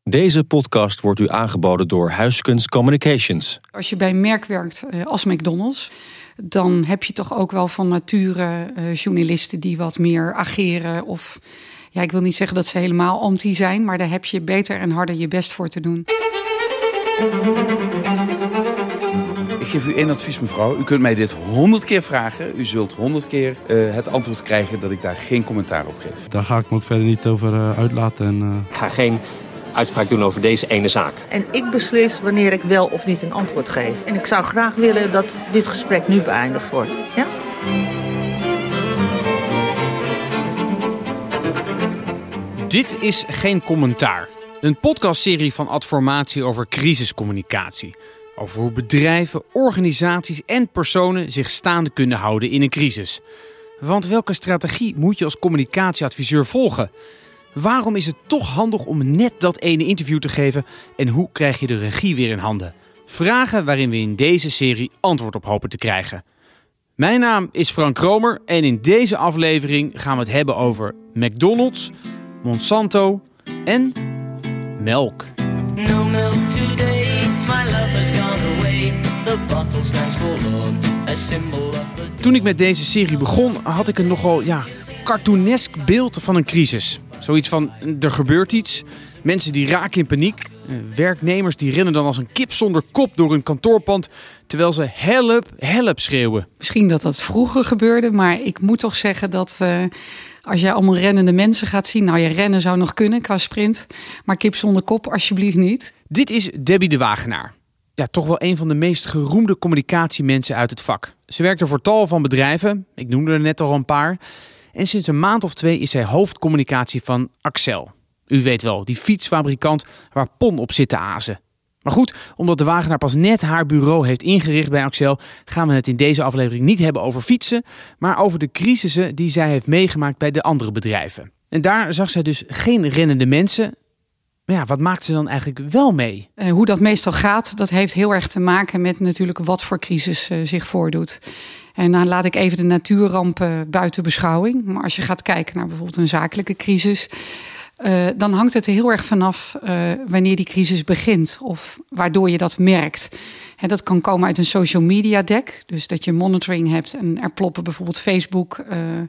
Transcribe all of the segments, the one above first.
Deze podcast wordt u aangeboden door Huiskunst Communications. Als je bij een merk werkt als McDonald's, dan heb je toch ook wel van nature journalisten die wat meer ageren. Of ja, ik wil niet zeggen dat ze helemaal anti zijn, maar daar heb je beter en harder je best voor te doen. Ik geef u één advies, mevrouw. U kunt mij dit 100 keer vragen. U zult 100 keer het antwoord krijgen dat ik daar geen commentaar op geef. Daar ga ik me ook verder niet over uitlaten. Ik ga geen uitspraak doen over deze ene zaak. En ik beslis wanneer ik wel of niet een antwoord geef. En ik zou graag willen dat dit gesprek nu beëindigd wordt. Ja? Dit is Geen Commentaar. Een podcastserie van Adformatie over crisiscommunicatie. Over hoe bedrijven, organisaties en personen zich staande kunnen houden in een crisis. Want welke strategie moet je als communicatieadviseur volgen? Waarom is het toch handig om net dat ene interview te geven? En hoe krijg je de regie weer in handen? Vragen waarin we in deze serie antwoord op hopen te krijgen. Mijn naam is Frank Kromer en in deze aflevering gaan we het hebben over McDonald's, Monsanto en melk. No milk today, my love has gone away. The bottle stands forlorn, a symbol of the... Toen ik met deze serie begon, had ik een nogal cartoonesk beeld van een crisis. Zoiets van, er gebeurt iets, mensen die raken in paniek. Werknemers die rennen dan als een kip zonder kop door een kantoorpand, terwijl ze help, help schreeuwen. Misschien dat dat vroeger gebeurde, maar ik moet toch zeggen dat als jij allemaal rennende mensen gaat zien, nou, je rennen zou nog kunnen qua sprint, maar kip zonder kop alsjeblieft niet. Dit is Debbie de Wagenaar. Ja, toch wel een van de meest geroemde communicatiemensen uit het vak. Ze werkte voor tal van bedrijven, ik noemde er net al een paar. En sinds een maand of 2 is zij hoofdcommunicatie van Accel. U weet wel, die fietsfabrikant waar Pon op zit te azen. Maar goed, omdat de Wagenaar pas net haar bureau heeft ingericht bij Accel, gaan we het in deze aflevering niet hebben over fietsen, maar over de crisissen die zij heeft meegemaakt bij de andere bedrijven. En daar zag zij dus geen rennende mensen. Maar ja, wat maakt ze dan eigenlijk wel mee? Hoe dat meestal gaat, dat heeft heel erg te maken met natuurlijk wat voor crisis zich voordoet. En dan laat ik even de natuurrampen buiten beschouwing. Maar als je gaat kijken naar bijvoorbeeld een zakelijke crisis, dan hangt het er heel erg vanaf wanneer die crisis begint of waardoor je dat merkt. En dat kan komen uit een social media deck, dus dat je monitoring hebt en er ploppen bijvoorbeeld Facebook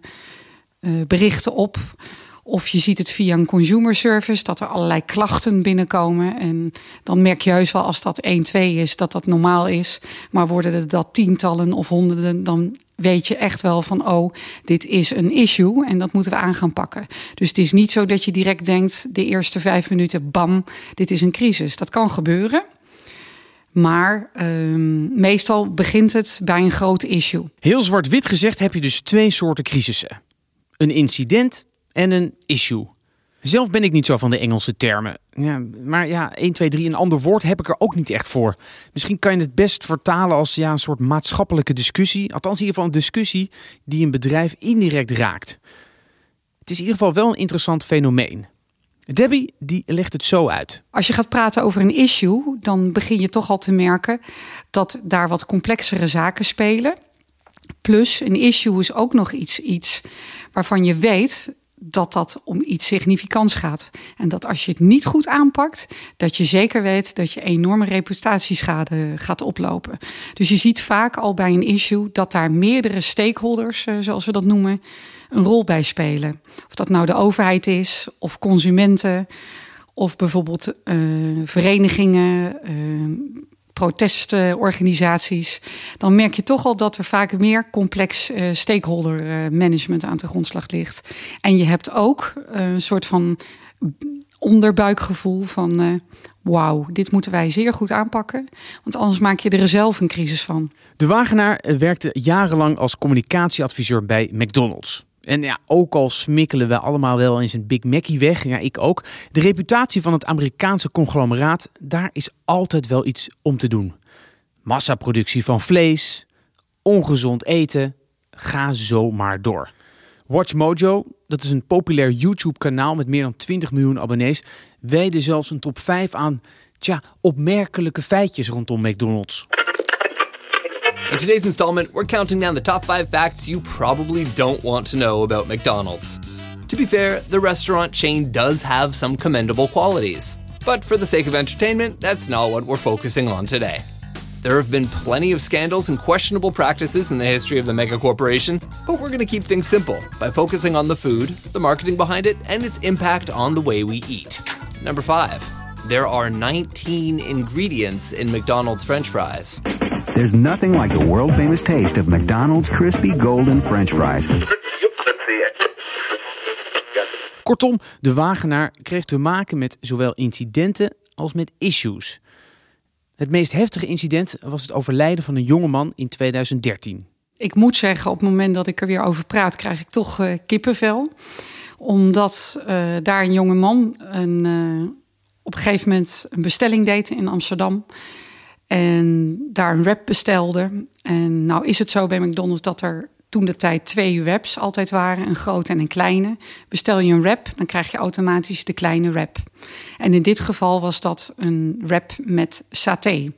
berichten op. Of je ziet het via een consumer service, dat er allerlei klachten binnenkomen. En dan merk je heus wel als dat 1, 2 is, dat dat normaal is. Maar worden er dat tientallen of honderden, dan weet je echt wel van, oh, dit is een issue en dat moeten we aan gaan pakken. Dus het is niet zo dat je direct denkt, de eerste 5 minuten, bam, dit is een crisis. Dat kan gebeuren. Maar meestal begint het bij een groot issue. Heel zwart-wit gezegd heb je dus 2 soorten crisissen. Een incident en een issue. Zelf ben ik niet zo van de Engelse termen. Ja, maar 1, 2, 3, een ander woord heb ik er ook niet echt voor. Misschien kan je het best vertalen als een soort maatschappelijke discussie. Althans in ieder geval een discussie die een bedrijf indirect raakt. Het is in ieder geval wel een interessant fenomeen. Debbie die legt het zo uit. Als je gaat praten over een issue, dan begin je toch al te merken dat daar wat complexere zaken spelen. Plus een issue is ook nog iets waarvan je weet dat dat om iets significants gaat. En dat als je het niet goed aanpakt, dat je zeker weet dat je enorme reputatieschade gaat oplopen. Dus je ziet vaak al bij een issue dat daar meerdere stakeholders, zoals we dat noemen, een rol bij spelen. Of dat nou de overheid is, of consumenten, of bijvoorbeeld verenigingen, protestorganisaties, dan merk je toch al dat er vaak meer complex stakeholder management aan de grondslag ligt. En je hebt ook een soort van onderbuikgevoel van wauw, dit moeten wij zeer goed aanpakken, want anders maak je er zelf een crisis van. De Wagenaar werkte jarenlang als communicatieadviseur bij McDonald's. En ook al smikkelen we allemaal wel eens een Big Mackie weg, ik ook. De reputatie van het Amerikaanse conglomeraat, daar is altijd wel iets om te doen. Massaproductie van vlees, ongezond eten, ga zo maar door. WatchMojo, dat is een populair YouTube-kanaal met meer dan 20 miljoen abonnees, wijde zelfs een top 5 aan opmerkelijke feitjes rondom McDonald's. In today's installment, we're counting down the top 5 facts you probably don't want to know about McDonald's. To be fair, the restaurant chain does have some commendable qualities. But for the sake of entertainment, that's not what we're focusing on today. There have been plenty of scandals and questionable practices in the history of the mega corporation, but we're going to keep things simple by focusing on the food, the marketing behind it, and its impact on the way we eat. Number 5. There are 19 ingredients in McDonald's French fries. There's nothing like the world-famous taste of McDonald's crispy golden French fries. Kortom, de Wagenaar kreeg te maken met zowel incidenten als met issues. Het meest heftige incident was het overlijden van een jongeman in 2013. Ik moet zeggen, op het moment dat ik er weer over praat, krijg ik toch kippenvel. Omdat daar een jongeman op een gegeven moment een bestelling deed in Amsterdam. En daar een wrap bestelde. En nou is het zo bij McDonald's dat er toen de tijd 2 wraps altijd waren. Een grote en een kleine. Bestel je een wrap, dan krijg je automatisch de kleine wrap. En in dit geval was dat een wrap met saté.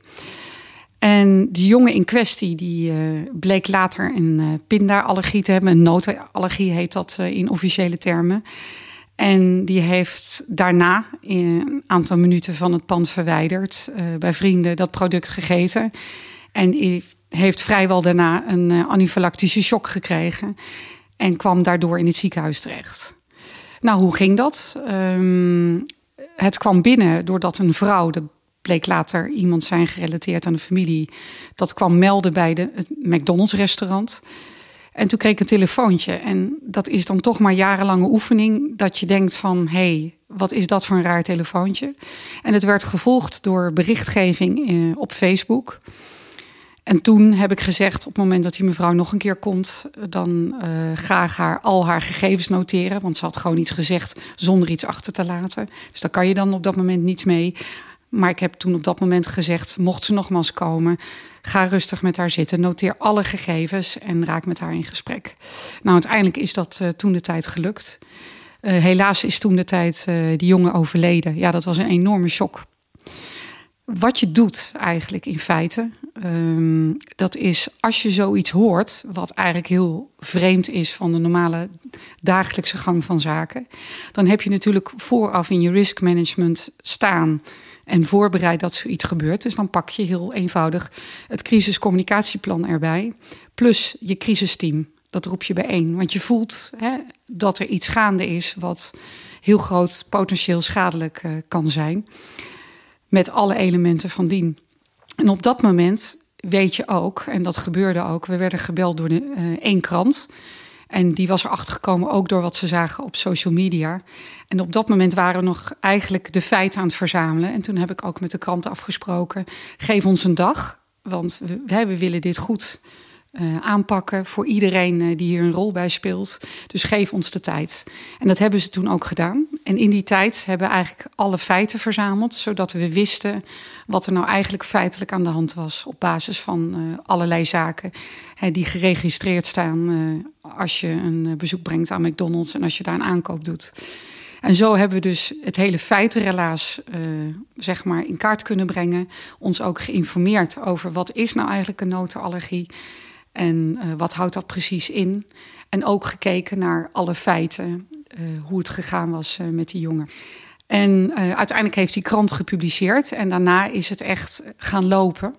En die jongen in kwestie die bleek later een pindaallergie te hebben. Een notenallergie heet dat in officiële termen. En die heeft daarna een aantal minuten van het pand verwijderd. Bij vrienden dat product gegeten. En heeft vrijwel daarna een anafylactische shock gekregen. En kwam daardoor in het ziekenhuis terecht. Nou, hoe ging dat? Het kwam binnen doordat een vrouw, dat bleek later iemand zijn gerelateerd aan de familie, dat kwam melden bij het McDonald's restaurant. En toen kreeg ik een telefoontje. En dat is dan toch maar jarenlange oefening. Dat je denkt van, hé, wat is dat voor een raar telefoontje? En het werd gevolgd door berichtgeving op Facebook. En toen heb ik gezegd, op het moment dat die mevrouw nog een keer komt, dan graag al haar gegevens noteren. Want ze had gewoon iets gezegd zonder iets achter te laten. Dus daar kan je dan op dat moment niets mee. Maar ik heb toen op dat moment gezegd, mocht ze nogmaals komen, ga rustig met haar zitten. Noteer alle gegevens en raak met haar in gesprek. Nou, uiteindelijk is dat toen de tijd gelukt. Helaas is toen de tijd die jongen overleden. Ja, dat was een enorme shock. Wat je doet eigenlijk in feite, dat is als je zoiets hoort, wat eigenlijk heel vreemd is van de normale dagelijkse gang van zaken, dan heb je natuurlijk vooraf in je risk management staan en voorbereid dat zoiets gebeurt. Dus dan pak je heel eenvoudig het crisiscommunicatieplan erbij, plus je crisisteam. Dat roep je bijeen, want je voelt dat er iets gaande is wat heel groot potentieel schadelijk kan zijn. Met alle elementen van dien. En op dat moment weet je ook, en dat gebeurde ook, we werden gebeld door één krant. En die was erachter gekomen ook door wat ze zagen op social media. En op dat moment waren we nog eigenlijk de feiten aan het verzamelen. En toen heb ik ook met de krant afgesproken, geef ons een dag. Want we willen dit goed aanpakken voor iedereen die hier een rol bij speelt. Dus geef ons de tijd. En dat hebben ze toen ook gedaan. En in die tijd hebben we eigenlijk alle feiten verzameld, zodat we wisten wat er nou eigenlijk feitelijk aan de hand was op basis van allerlei zaken die geregistreerd staan als je een bezoek brengt aan McDonald's en als je daar een aankoop doet. En zo hebben we dus het hele feitenrelaas zeg maar in kaart kunnen brengen. Ons ook geïnformeerd over wat is nou eigenlijk een notenallergie. En wat houdt dat precies in? En ook gekeken naar alle feiten, hoe het gegaan was met die jongen. En uiteindelijk heeft die krant gepubliceerd. En daarna is het echt gaan lopen.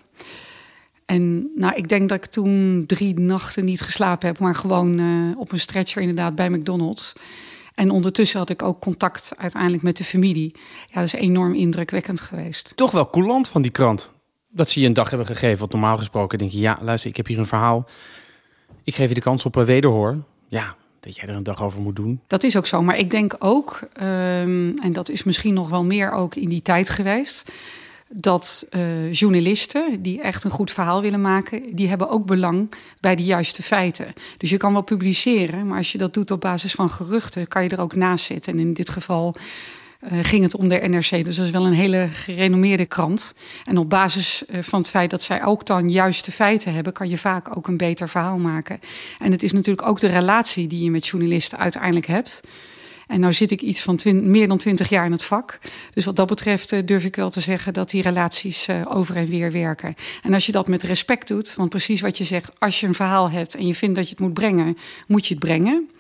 En nou, ik denk dat ik toen 3 nachten niet geslapen heb, maar gewoon op een stretcher inderdaad bij McDonald's. En ondertussen had ik ook contact uiteindelijk met de familie. Ja, dat is enorm indrukwekkend geweest. Toch wel coulant van die krant. Dat ze je een dag hebben gegeven. Want normaal gesproken denk je, ja, luister, ik heb hier een verhaal. Ik geef je de kans op wederhoor. Ja, dat jij er een dag over moet doen. Dat is ook zo. Maar ik denk ook, en dat is misschien nog wel meer ook in die tijd geweest, dat journalisten die echt een goed verhaal willen maken, die hebben ook belang bij de juiste feiten. Dus je kan wel publiceren, maar als je dat doet op basis van geruchten, kan je er ook naast zitten. En in dit geval ging het om de NRC. Dus dat is wel een hele gerenommeerde krant. En op basis van het feit dat zij ook dan juiste feiten hebben, kan je vaak ook een beter verhaal maken. En het is natuurlijk ook de relatie die je met journalisten uiteindelijk hebt. En nou zit ik iets van meer dan 20 jaar in het vak. Dus wat dat betreft durf ik wel te zeggen dat die relaties over en weer werken. En als je dat met respect doet, want precies wat je zegt, als je een verhaal hebt en je vindt dat je het moet brengen, moet je het brengen.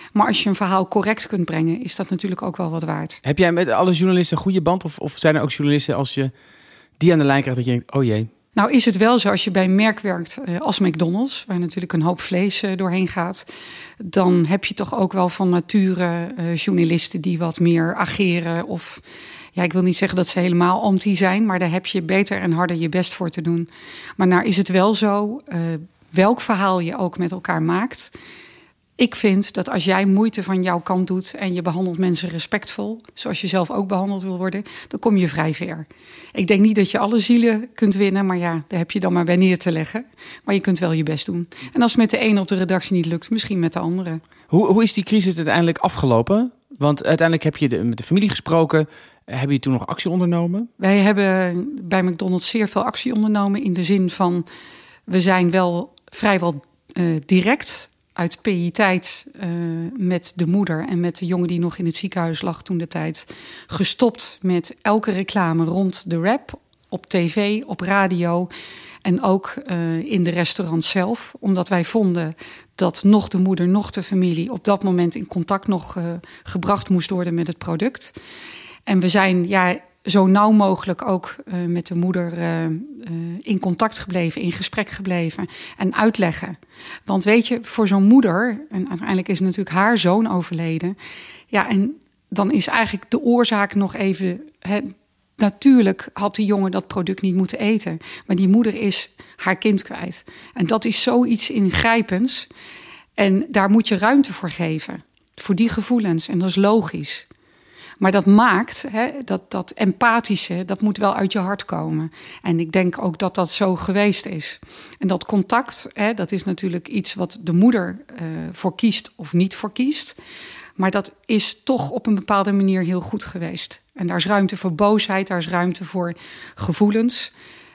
Maar als je een verhaal correct kunt brengen, is dat natuurlijk ook wel wat waard. Heb jij met alle journalisten een goede band? Of zijn er ook journalisten als je die aan de lijn krijgt dat je denkt, oh jee. Nou is het wel zo, als je bij een merk werkt als McDonald's, waar natuurlijk een hoop vlees doorheen gaat, dan heb je toch ook wel van nature journalisten die wat meer ageren. Of ja, ik wil niet zeggen dat ze helemaal anti zijn, maar daar heb je beter en harder je best voor te doen. Maar nou is het wel zo, welk verhaal je ook met elkaar maakt. Ik vind dat als jij moeite van jouw kant doet en je behandelt mensen respectvol, zoals je zelf ook behandeld wil worden, dan kom je vrij ver. Ik denk niet dat je alle zielen kunt winnen, maar ja, daar heb je dan maar bij neer te leggen. Maar je kunt wel je best doen. En als het met de een op de redactie niet lukt, misschien met de andere. Hoe is die crisis uiteindelijk afgelopen? Want uiteindelijk heb je met de familie gesproken. Heb je toen nog actie ondernomen? Wij hebben bij McDonald's zeer veel actie ondernomen in de zin van, we zijn wel vrijwel direct uit piëteit met de moeder en met de jongen die nog in het ziekenhuis lag toen de tijd, gestopt met elke reclame rond de rap, op tv, op radio en ook in de restaurant zelf. Omdat wij vonden dat nog de moeder, nog de familie op dat moment in contact nog gebracht moest worden met het product. En we zijn zo nauw mogelijk ook met de moeder in contact gebleven, in gesprek gebleven en uitleggen. Want weet je, voor zo'n moeder, en uiteindelijk is natuurlijk haar zoon overleden, ja, en dan is eigenlijk de oorzaak nog even. Natuurlijk had die jongen dat product niet moeten eten, maar die moeder is haar kind kwijt. En dat is zoiets ingrijpends. En daar moet je ruimte voor geven, voor die gevoelens. En dat is logisch. Maar dat maakt, dat empathische, dat moet wel uit je hart komen. En ik denk ook dat dat zo geweest is. En dat contact, dat is natuurlijk iets wat de moeder voor kiest of niet voor kiest. Maar dat is toch op een bepaalde manier heel goed geweest. En daar is ruimte voor boosheid, daar is ruimte voor gevoelens.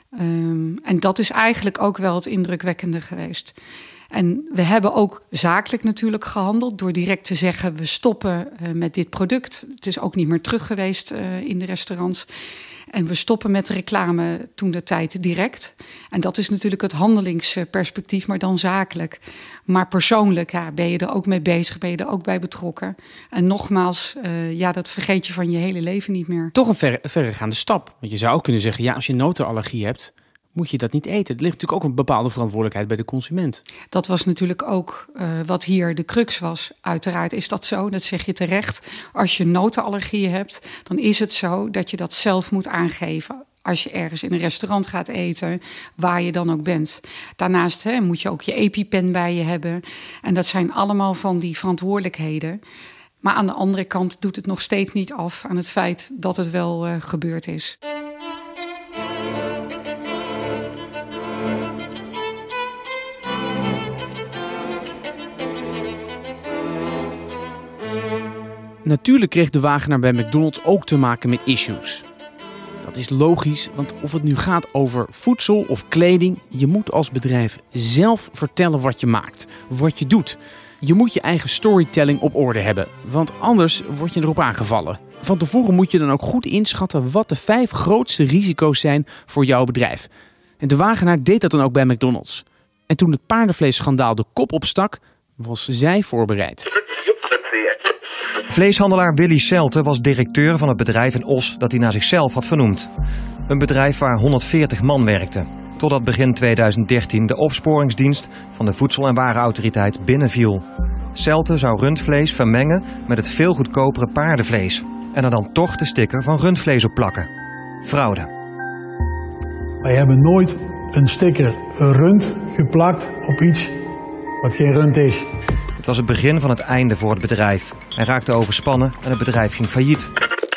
En dat is eigenlijk ook wel het indrukwekkende geweest. En we hebben ook zakelijk natuurlijk gehandeld door direct te zeggen, we stoppen met dit product. Het is ook niet meer terug geweest in de restaurants. En we stoppen met de reclame toen de tijd direct. En dat is natuurlijk het handelingsperspectief, maar dan zakelijk. Maar persoonlijk ben je er ook mee bezig, ben je er ook bij betrokken. En nogmaals, dat vergeet je van je hele leven niet meer. Toch een verregaande stap. Want je zou ook kunnen zeggen, als je notenallergie hebt, moet je dat niet eten. Er ligt natuurlijk ook een bepaalde verantwoordelijkheid bij de consument. Dat was natuurlijk ook wat hier de crux was. Uiteraard is dat zo, dat zeg je terecht. Als je notenallergieën hebt, dan is het zo dat je dat zelf moet aangeven. Als je ergens in een restaurant gaat eten, waar je dan ook bent. Daarnaast moet je ook je EpiPen bij je hebben. En dat zijn allemaal van die verantwoordelijkheden. Maar aan de andere kant doet het nog steeds niet af aan het feit dat het wel gebeurd is. Natuurlijk kreeg de Wagenaar bij McDonald's ook te maken met issues. Dat is logisch, want of het nu gaat over voedsel of kleding, je moet als bedrijf zelf vertellen wat je maakt, wat je doet. Je moet je eigen storytelling op orde hebben, want anders word je erop aangevallen. Van tevoren moet je dan ook goed inschatten wat de 5 grootste risico's zijn voor jouw bedrijf. En de Wagenaar deed dat dan ook bij McDonald's. En toen het paardenvleesschandaal de kop opstak, was zij voorbereid. Vleeshandelaar Willy Selte was directeur van het bedrijf in Os dat hij naar zichzelf had vernoemd. Een bedrijf waar 140 man werkte. Totdat begin 2013 de opsporingsdienst van de Voedsel- en Warenautoriteit binnenviel. Selte zou rundvlees vermengen met het veel goedkopere paardenvlees. En er dan toch de sticker van rundvlees op plakken. Fraude. Wij hebben nooit een sticker rund geplakt op iets wat geen rund is. Het was het begin van het einde voor het bedrijf. Hij raakte overspannen en het bedrijf ging failliet.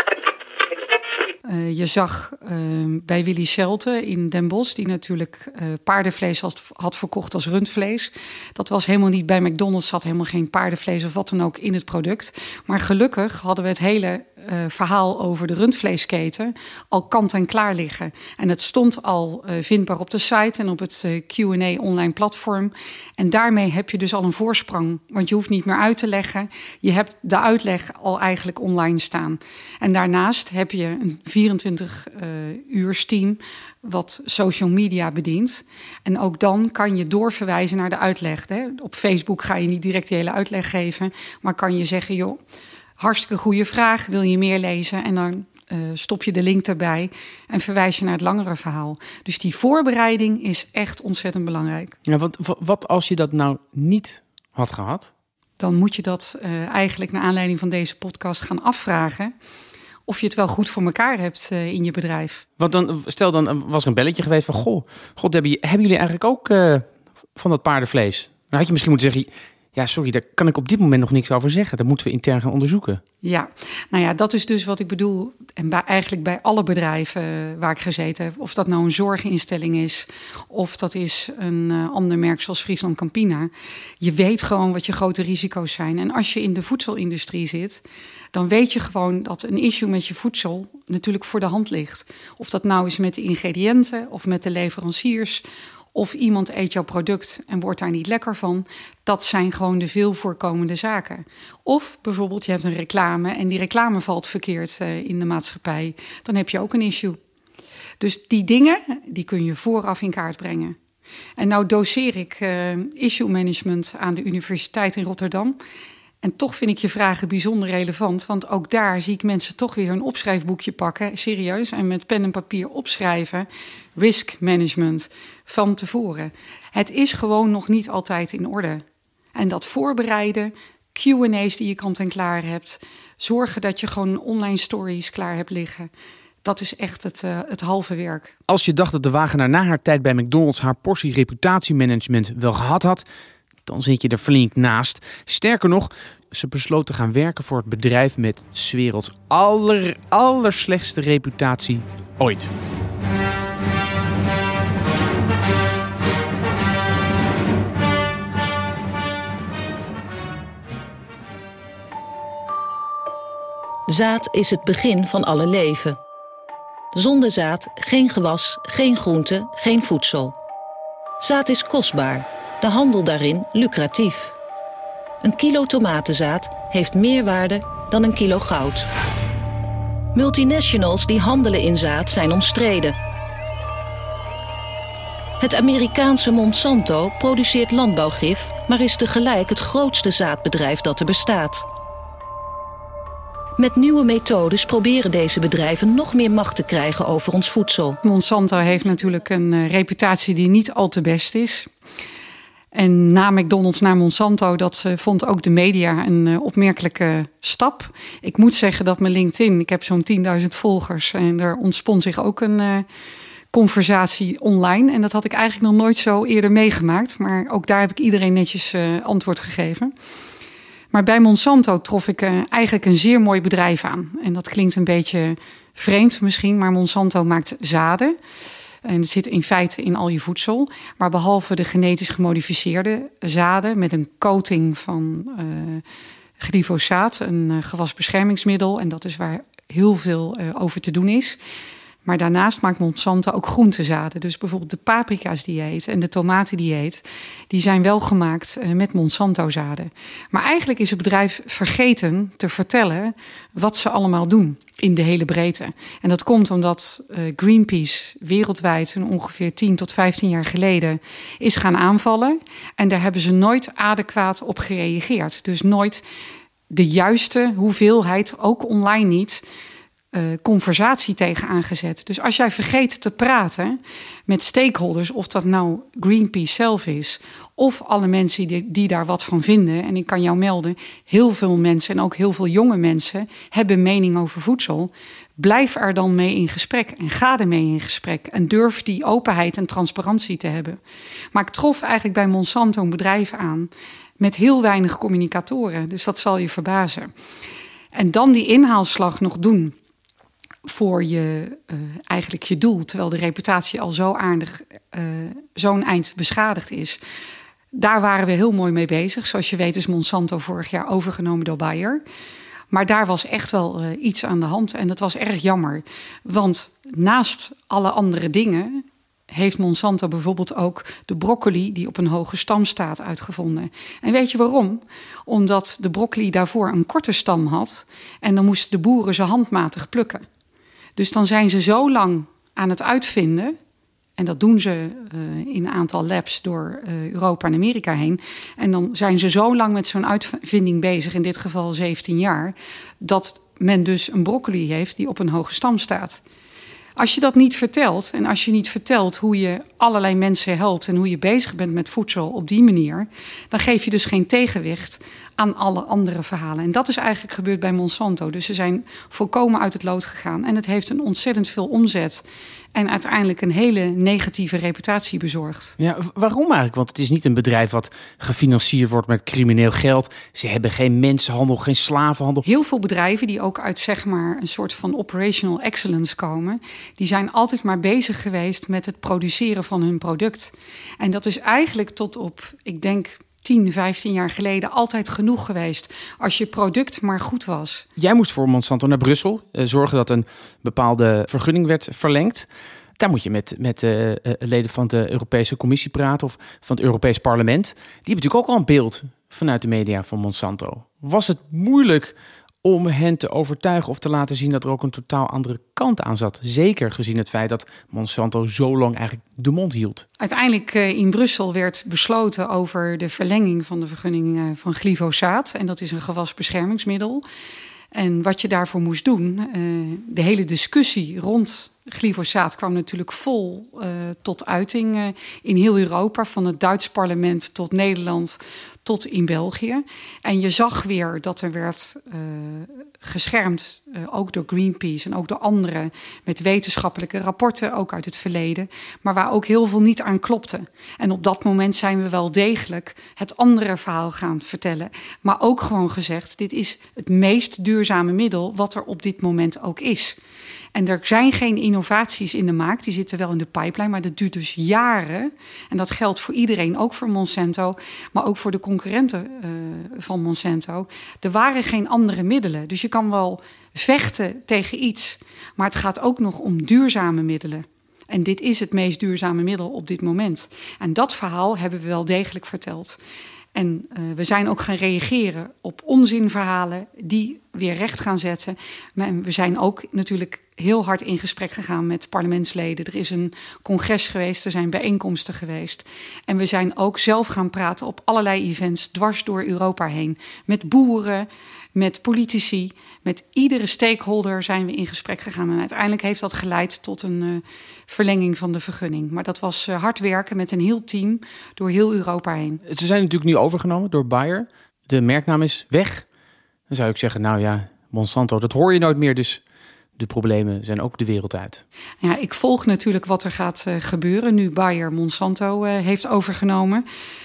Je zag bij Willy Selte in Den Bosch, die natuurlijk paardenvlees had verkocht als rundvlees. Dat was helemaal niet bij McDonald's, zat helemaal geen paardenvlees of wat dan ook in het product. Maar gelukkig hadden we het hele verhaal over de rundvleesketen al kant en klaar liggen. En het stond al vindbaar op de site en op het Q&A online platform. En daarmee heb je dus al een voorsprong, want je hoeft niet meer uit te leggen. Je hebt de uitleg al eigenlijk online staan. En daarnaast heb je een 24-uursteam wat social media bedient. En ook dan kan je doorverwijzen naar de uitleg. Hè. Op Facebook ga je niet direct die hele uitleg geven, maar kan je zeggen, joh, hartstikke goede vraag, wil je meer lezen? En dan stop je de link erbij en verwijs je naar het langere verhaal. Dus die voorbereiding is echt ontzettend belangrijk. Ja, wat als je dat nou niet had gehad? Dan moet je dat eigenlijk naar aanleiding van deze podcast gaan afvragen of je het wel goed voor elkaar hebt in je bedrijf. Want dan, stel dan was er een belletje geweest van, God, hebben jullie eigenlijk ook van dat paardenvlees? Dan had je misschien moeten zeggen, ja, sorry, daar kan ik op dit moment nog niks over zeggen. Dat moeten we intern gaan onderzoeken. Ja, nou ja, dat is dus wat ik bedoel. En eigenlijk bij alle bedrijven waar ik gezeten heb, of dat nou een zorginstelling is, of dat is een ander merk zoals Friesland Campina. Je weet gewoon wat je grote risico's zijn. En als je in de voedselindustrie zit, dan weet je gewoon dat een issue met je voedsel natuurlijk voor de hand ligt. Of dat nou is met de ingrediënten of met de leveranciers, of iemand eet jouw product en wordt daar niet lekker van. Dat zijn gewoon de veel voorkomende zaken. Of bijvoorbeeld je hebt een reclame en die reclame valt verkeerd in de maatschappij. Dan heb je ook een issue. Dus die dingen, die kun je vooraf in kaart brengen. En nou doseer ik issue management aan de Universiteit in Rotterdam. En toch vind ik je vragen bijzonder relevant. Want ook daar zie ik mensen toch weer een opschrijfboekje pakken. Serieus. En met pen en papier opschrijven. Risk management van tevoren. Het is gewoon nog niet altijd in orde. En dat voorbereiden, Q&A's die je kant en klaar hebt. Zorgen dat je gewoon online stories klaar hebt liggen. Dat is echt het halve werk. Als je dacht dat de Wagenaar na haar tijd bij McDonald's haar portie reputatiemanagement wel gehad had, dan zit je er flink naast. Sterker nog, ze besloot te gaan werken voor het bedrijf met 's werelds allerslechtste reputatie ooit. Zaad is het begin van alle leven. Zonder zaad geen gewas, geen groente, geen voedsel. Zaad is kostbaar, de handel daarin lucratief. Een kilo tomatenzaad heeft meer waarde dan een kilo goud. Multinationals die handelen in zaad zijn omstreden. Het Amerikaanse Monsanto produceert landbouwgif, maar is tegelijk het grootste zaadbedrijf dat er bestaat. Met nieuwe methodes proberen deze bedrijven nog meer macht te krijgen over ons voedsel. Monsanto heeft natuurlijk een reputatie die niet al te best is. En na McDonald's naar Monsanto, dat vond ook de media een opmerkelijke stap. Ik moet zeggen dat mijn LinkedIn, ik heb zo'n 10.000 volgers en er ontspon zich ook een conversatie online. En dat had ik eigenlijk nog nooit zo eerder meegemaakt. Maar ook daar heb ik iedereen netjes antwoord gegeven. Maar bij Monsanto trof ik eigenlijk een zeer mooi bedrijf aan. En dat klinkt een beetje vreemd misschien, maar Monsanto maakt zaden. En het zit in feite in al je voedsel. Maar behalve de genetisch gemodificeerde zaden met een coating van glyfosaat, een gewasbeschermingsmiddel. En dat is waar heel veel over te doen is. Maar daarnaast maakt Monsanto ook groentezaden. Dus bijvoorbeeld de paprika's die je eet en de tomaten die je eet, die zijn wel gemaakt met Monsanto-zaden. Maar eigenlijk is het bedrijf vergeten te vertellen wat ze allemaal doen in de hele breedte. En dat komt omdat Greenpeace wereldwijd ongeveer 10 tot 15 jaar geleden is gaan aanvallen. En daar hebben ze nooit adequaat op gereageerd. Dus nooit de juiste hoeveelheid, ook online niet, conversatie tegen aangezet. Dus als jij vergeet te praten met stakeholders, of dat nou Greenpeace zelf is, of alle mensen die daar wat van vinden, en ik kan jou melden, heel veel mensen en ook heel veel jonge mensen hebben mening over voedsel. Blijf er dan mee in gesprek en ga ermee in gesprek en durf die openheid en transparantie te hebben. Maar ik trof eigenlijk bij Monsanto een bedrijf aan met heel weinig communicatoren, dus dat zal je verbazen. En dan die inhaalslag nog doen voor je eigenlijk je doel, terwijl de reputatie al zo aardig zo'n eind beschadigd is. Daar waren we heel mooi mee bezig. Zoals je weet is Monsanto vorig jaar overgenomen door Bayer. Maar daar was echt wel iets aan de hand en dat was erg jammer. Want naast alle andere dingen heeft Monsanto bijvoorbeeld ook de broccoli die op een hoge stam staat uitgevonden. En weet je waarom? Omdat de broccoli daarvoor een korte stam had en dan moesten de boeren ze handmatig plukken. Dus dan zijn ze zo lang aan het uitvinden. En dat doen ze in een aantal labs door Europa en Amerika heen. En dan zijn ze zo lang met zo'n uitvinding bezig, in dit geval 17 jaar... dat men dus een broccoli heeft die op een hoge stam staat. Als je dat niet vertelt en als je niet vertelt hoe je allerlei mensen helpt... en hoe je bezig bent met voedsel op die manier... dan geef je dus geen tegenwicht aan alle andere verhalen. En dat is eigenlijk gebeurd bij Monsanto. Dus ze zijn volkomen uit het lood gegaan. En het heeft een ontzettend veel omzet... en uiteindelijk een hele negatieve reputatie bezorgd. Ja, waarom eigenlijk? Want het is niet een bedrijf wat gefinancierd wordt met crimineel geld. Ze hebben geen mensenhandel, geen slavenhandel. Heel veel bedrijven die ook uit zeg maar een soort van operational excellence komen... die zijn altijd maar bezig geweest met het produceren van hun product. En dat is eigenlijk tot op, ik denk... 10, 15 jaar geleden altijd genoeg geweest als je product maar goed was. Jij moest voor Monsanto naar Brussel zorgen dat een bepaalde vergunning werd verlengd. Daar moet je met leden van de Europese Commissie praten of van het Europees Parlement. Die hebben natuurlijk ook al een beeld vanuit de media van Monsanto. Was het moeilijk om hen te overtuigen of te laten zien dat er ook een totaal andere kant aan zat? Zeker gezien het feit dat Monsanto zo lang eigenlijk de mond hield. Uiteindelijk in Brussel werd besloten over de verlenging van de vergunning van glyfosaat. En dat is een gewasbeschermingsmiddel. En wat je daarvoor moest doen, de hele discussie rond glyfosaat kwam natuurlijk vol tot uiting in heel Europa. Van het Duits parlement tot Nederland tot in België. En je zag weer dat er werd geschermd, ook door Greenpeace en ook door anderen, met wetenschappelijke rapporten, ook uit het verleden, maar waar ook heel veel niet aan klopte. En op dat moment zijn we wel degelijk het andere verhaal gaan vertellen. Maar ook gewoon gezegd, dit is het meest duurzame middel wat er op dit moment ook is. En er zijn geen innovaties in de maak, die zitten wel in de pipeline, maar dat duurt dus jaren. En dat geldt voor iedereen, ook voor Monsanto, maar ook voor de concurrenten van Monsanto. Er waren geen andere middelen, dus je kan wel vechten tegen iets, maar het gaat ook nog om duurzame middelen. En dit is het meest duurzame middel op dit moment. En dat verhaal hebben we wel degelijk verteld. En we zijn ook gaan reageren op onzinverhalen die weer recht gaan zetten. Maar we zijn ook natuurlijk heel hard in gesprek gegaan met parlementsleden. Er is een congres geweest, er zijn bijeenkomsten geweest. En we zijn ook zelf gaan praten op allerlei events dwars door Europa heen. Met boeren, met politici, met iedere stakeholder zijn we in gesprek gegaan. En uiteindelijk heeft dat geleid tot een verlenging van de vergunning. Maar dat was hard werken met een heel team door heel Europa heen. Ze zijn natuurlijk nu overgenomen door Bayer. De merknaam is weg. Dan zou ik zeggen, nou ja, Monsanto, dat hoor je nooit meer. Dus de problemen zijn ook de wereld uit. Ja, ik volg natuurlijk wat er gaat gebeuren nu Bayer Monsanto heeft overgenomen.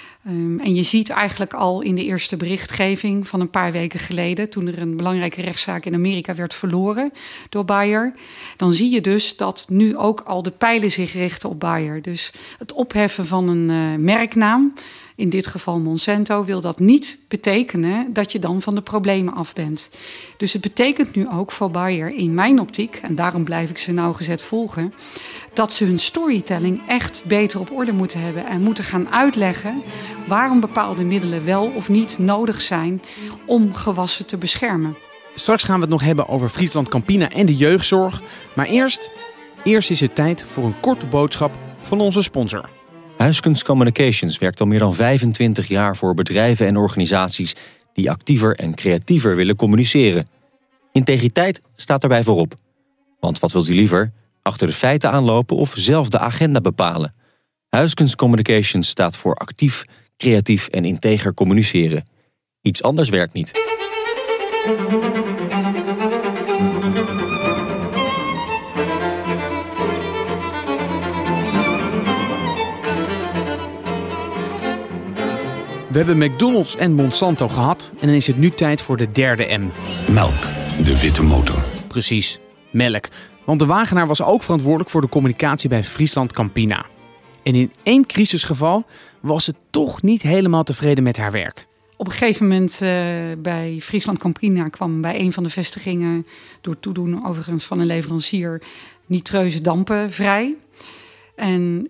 En je ziet eigenlijk al in de eerste berichtgeving van een paar weken geleden, toen er een belangrijke rechtszaak in Amerika werd verloren door Bayer, dan zie je dus dat nu ook al de pijlen zich richten op Bayer. Dus het opheffen van een merknaam, in dit geval Monsanto, wil dat niet betekenen dat je dan van de problemen af bent. Dus het betekent nu ook voor Bayer in mijn optiek, en daarom blijf ik ze nauwgezet volgen, dat ze hun storytelling echt beter op orde moeten hebben en moeten gaan uitleggen waarom bepaalde middelen wel of niet nodig zijn om gewassen te beschermen. Straks gaan we het nog hebben over Friesland Campina en de jeugdzorg. Maar eerst is het tijd voor een korte boodschap van onze sponsor. Huiskens Communications werkt al meer dan 25 jaar voor bedrijven en organisaties die actiever en creatiever willen communiceren. Integriteit staat daarbij voorop. Want wat wilt u liever? Achter de feiten aanlopen of zelf de agenda bepalen? Huiskens Communications staat voor actief, creatief en integer communiceren. Iets anders werkt niet. We hebben McDonald's en Monsanto gehad en dan is het nu tijd voor de derde M. Melk, de witte motor. Precies, melk. Want de Wagenaar was ook verantwoordelijk voor de communicatie bij Friesland Campina. En in 1 crisisgeval was ze toch niet helemaal tevreden met haar werk. Op een gegeven moment bij Friesland Campina kwam bij een van de vestigingen, door toedoen overigens van een leverancier, nitreuze dampen vrij. En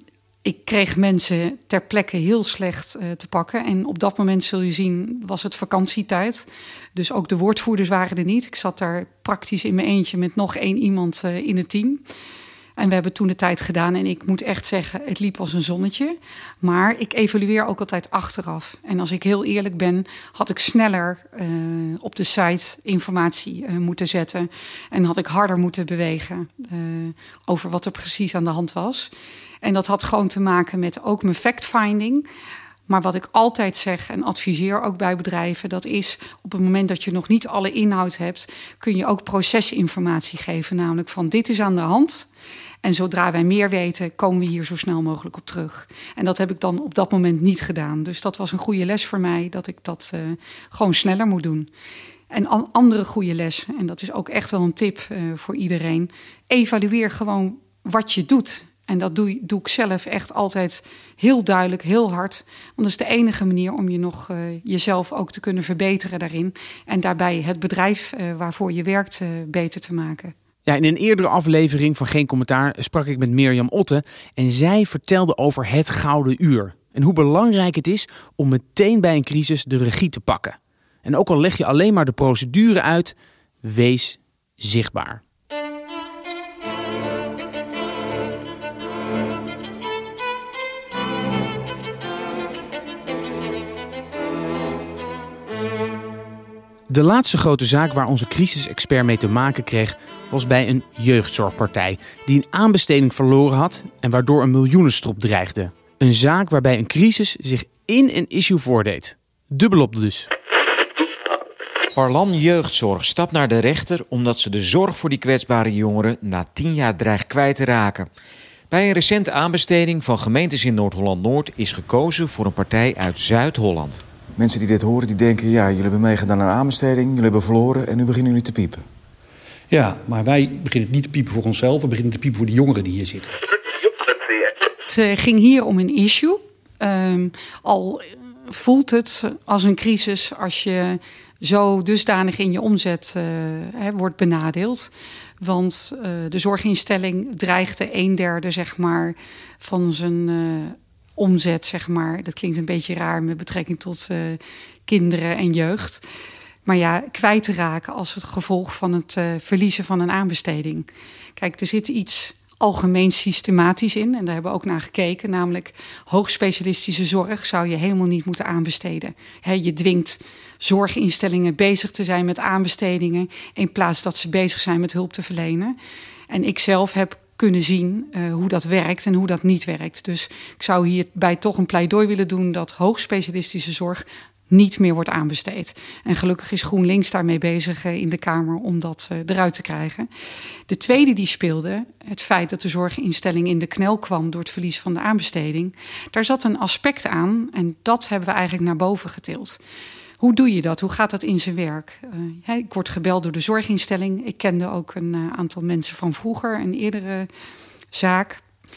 Ik kreeg mensen ter plekke heel slecht te pakken. En op dat moment, zul je zien, was het vakantietijd. Dus ook de woordvoerders waren er niet. Ik zat daar praktisch in mijn eentje met nog 1 iemand in het team. En we hebben toen de tijd gedaan. En ik moet echt zeggen, het liep als een zonnetje. Maar ik evalueer ook altijd achteraf. En als ik heel eerlijk ben, had ik sneller op de site informatie moeten zetten. En had ik harder moeten bewegen over wat er precies aan de hand was. En dat had gewoon te maken met ook mijn fact-finding. Maar wat ik altijd zeg en adviseer ook bij bedrijven, dat is op het moment dat je nog niet alle inhoud hebt, kun je ook procesinformatie geven. Namelijk van dit is aan de hand. En zodra wij meer weten, komen we hier zo snel mogelijk op terug. En dat heb ik dan op dat moment niet gedaan. Dus dat was een goede les voor mij, dat ik dat gewoon sneller moet doen. En andere goede les, en dat is ook echt wel een tip voor iedereen. Evalueer gewoon wat je doet. En dat doe ik zelf echt altijd heel duidelijk, heel hard. Want dat is de enige manier om je nog jezelf ook te kunnen verbeteren daarin. En daarbij het bedrijf waarvoor je werkt beter te maken. Ja, in een eerdere aflevering van Geen Commentaar sprak ik met Mirjam Otte. En zij vertelde over het gouden uur. En hoe belangrijk het is om meteen bij een crisis de regie te pakken. En ook al leg je alleen maar de procedure uit, wees zichtbaar. De laatste grote zaak waar onze crisisexpert mee te maken kreeg, was bij een jeugdzorgpartij die een aanbesteding verloren had en waardoor een miljoenenstrop dreigde. Een zaak waarbij een crisis zich in een issue voordeed. Dubbelop dus. Parlan Jeugdzorg stapt naar de rechter omdat ze de zorg voor die kwetsbare jongeren na 10 jaar dreigt kwijt te raken. Bij een recente aanbesteding van gemeentes in Noord-Holland-Noord is gekozen voor een partij uit Zuid-Holland. Mensen die dit horen, die denken, ja, jullie hebben meegedaan aan een aanbesteding, jullie hebben verloren en nu beginnen jullie te piepen. Ja, maar wij beginnen niet te piepen voor onszelf, we beginnen te piepen voor de jongeren die hier zitten. Het ging hier om een issue. Al voelt het als een crisis als je zo dusdanig in je omzet wordt benadeeld. Want de zorginstelling dreigde 1/3 zeg maar, van zijn omzet, zeg maar. Dat klinkt een beetje raar met betrekking tot kinderen en jeugd. Maar ja, kwijt te raken als het gevolg van het verliezen van een aanbesteding. Kijk, er zit iets algemeen systematisch in. En daar hebben we ook naar gekeken. Namelijk hoogspecialistische zorg zou je helemaal niet moeten aanbesteden. Je dwingt zorginstellingen bezig te zijn met aanbestedingen in plaats dat ze bezig zijn met hulp te verlenen. En ik zelf heb kunnen zien hoe dat werkt en hoe dat niet werkt. Dus ik zou hierbij toch een pleidooi willen doen dat hoogspecialistische zorg niet meer wordt aanbesteed. En gelukkig is GroenLinks daarmee bezig in de Kamer om dat eruit te krijgen. De tweede die speelde, het feit dat de zorginstelling in de knel kwam door het verlies van de aanbesteding. Daar zat een aspect aan en dat hebben we eigenlijk naar boven getild. Hoe doe je dat? Hoe gaat dat in zijn werk? Ik word gebeld door de zorginstelling. Ik kende ook een aantal mensen van vroeger, een eerdere zaak.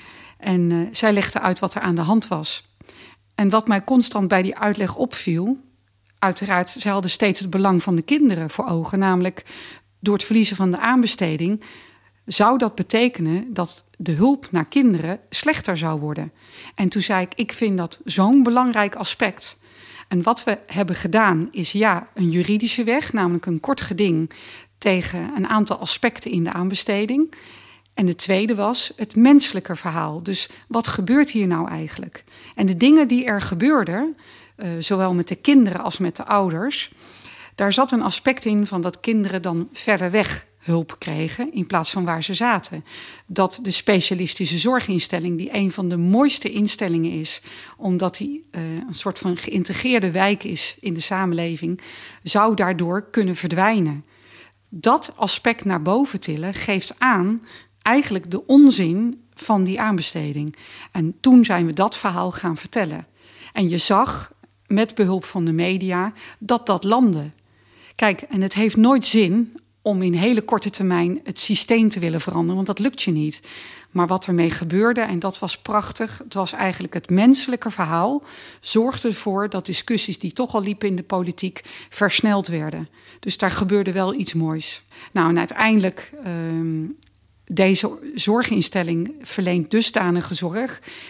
En zij legden uit wat er aan de hand was. En wat mij constant bij die uitleg opviel, uiteraard, zij hadden steeds het belang van de kinderen voor ogen. Namelijk, door het verliezen van de aanbesteding zou dat betekenen dat de hulp naar kinderen slechter zou worden. En toen zei ik vind dat zo'n belangrijk aspect. En wat we hebben gedaan is een juridische weg, namelijk een kort geding tegen een aantal aspecten in de aanbesteding. En de tweede was het menselijke verhaal. Dus wat gebeurt hier nou eigenlijk? En de dingen die er gebeurden, zowel met de kinderen als met de ouders, daar zat een aspect in van dat kinderen dan verder weg hulp kregen in plaats van waar ze zaten. Dat de specialistische zorginstelling, die een van de mooiste instellingen is, omdat die een soort van geïntegreerde wijk is in de samenleving, zou daardoor kunnen verdwijnen. Dat aspect naar boven tillen geeft aan eigenlijk de onzin van die aanbesteding. En toen zijn we dat verhaal gaan vertellen. En je zag met behulp van de media dat landde. Kijk, en het heeft nooit zin om in hele korte termijn het systeem te willen veranderen, want dat lukt je niet. Maar wat ermee gebeurde, en dat was prachtig, het was eigenlijk het menselijke verhaal, zorgde ervoor dat discussies die toch al liepen in de politiek versneld werden. Dus daar gebeurde wel iets moois. Nou, en uiteindelijk, deze zorginstelling verleent dusdanige zorg.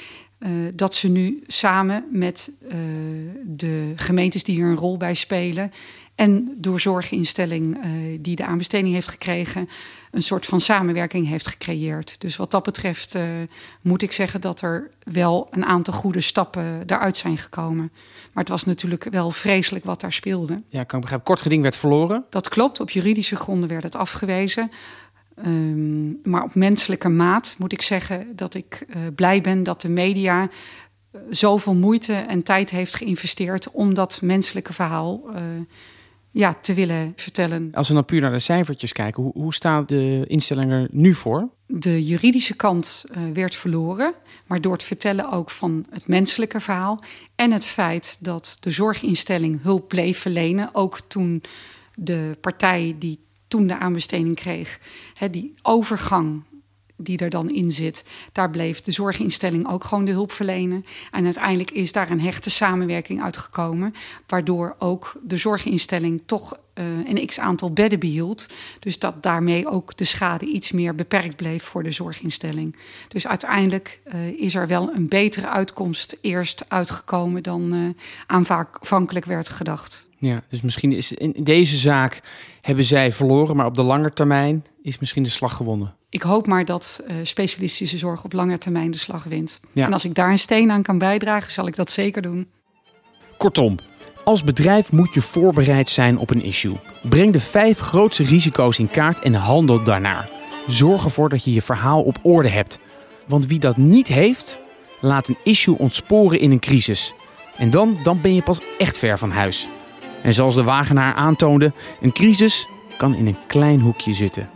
dat ze nu samen met de gemeentes die hier een rol bij spelen en door zorginstelling die de aanbesteding heeft gekregen, een soort van samenwerking heeft gecreëerd. Dus wat dat betreft moet ik zeggen dat er wel een aantal goede stappen daaruit zijn gekomen. Maar het was natuurlijk wel vreselijk wat daar speelde. Ja, kan ik begrijpen. Kort geding werd verloren. Dat klopt. Op juridische gronden werd het afgewezen. Maar op menselijke maat moet ik zeggen dat ik blij ben dat de media zoveel moeite en tijd heeft geïnvesteerd om dat menselijke verhaal te willen vertellen. Als we dan puur naar de cijfertjes kijken, hoe staat de instelling er nu voor? De juridische kant werd verloren, maar door het vertellen ook van het menselijke verhaal en het feit dat de zorginstelling hulp bleef verlenen, ook toen de partij die toen de aanbesteding kreeg, die overgang die er dan in zit, daar bleef de zorginstelling ook gewoon de hulp verlenen. En uiteindelijk is daar een hechte samenwerking uitgekomen, waardoor ook de zorginstelling toch een x-aantal bedden behield. Dus dat daarmee ook de schade iets meer beperkt bleef voor de zorginstelling. Dus uiteindelijk is er wel een betere uitkomst eerst uitgekomen dan aanvankelijk werd gedacht. Ja, dus misschien is in deze zaak hebben zij verloren, maar op de lange termijn is misschien de slag gewonnen. Ik hoop maar dat specialistische zorg op lange termijn de slag wint. Ja. En als ik daar een steen aan kan bijdragen, zal ik dat zeker doen. Kortom, als bedrijf moet je voorbereid zijn op een issue. Breng de 5 grootste risico's in kaart en handel daarnaar. Zorg ervoor dat je je verhaal op orde hebt. Want wie dat niet heeft, laat een issue ontsporen in een crisis. En dan ben je pas echt ver van huis. En zoals de Wagenaar aantoonde, een crisis kan in een klein hoekje zitten.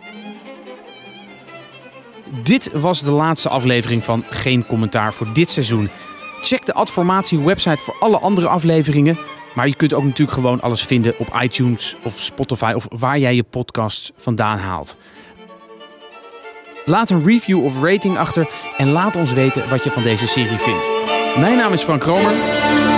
Dit was de laatste aflevering van Geen Commentaar voor dit seizoen. Check de Adformatie website voor alle andere afleveringen. Maar je kunt ook natuurlijk gewoon alles vinden op iTunes of Spotify of waar jij je podcasts vandaan haalt. Laat een review of rating achter en laat ons weten wat je van deze serie vindt. Mijn naam is Frank Kromer.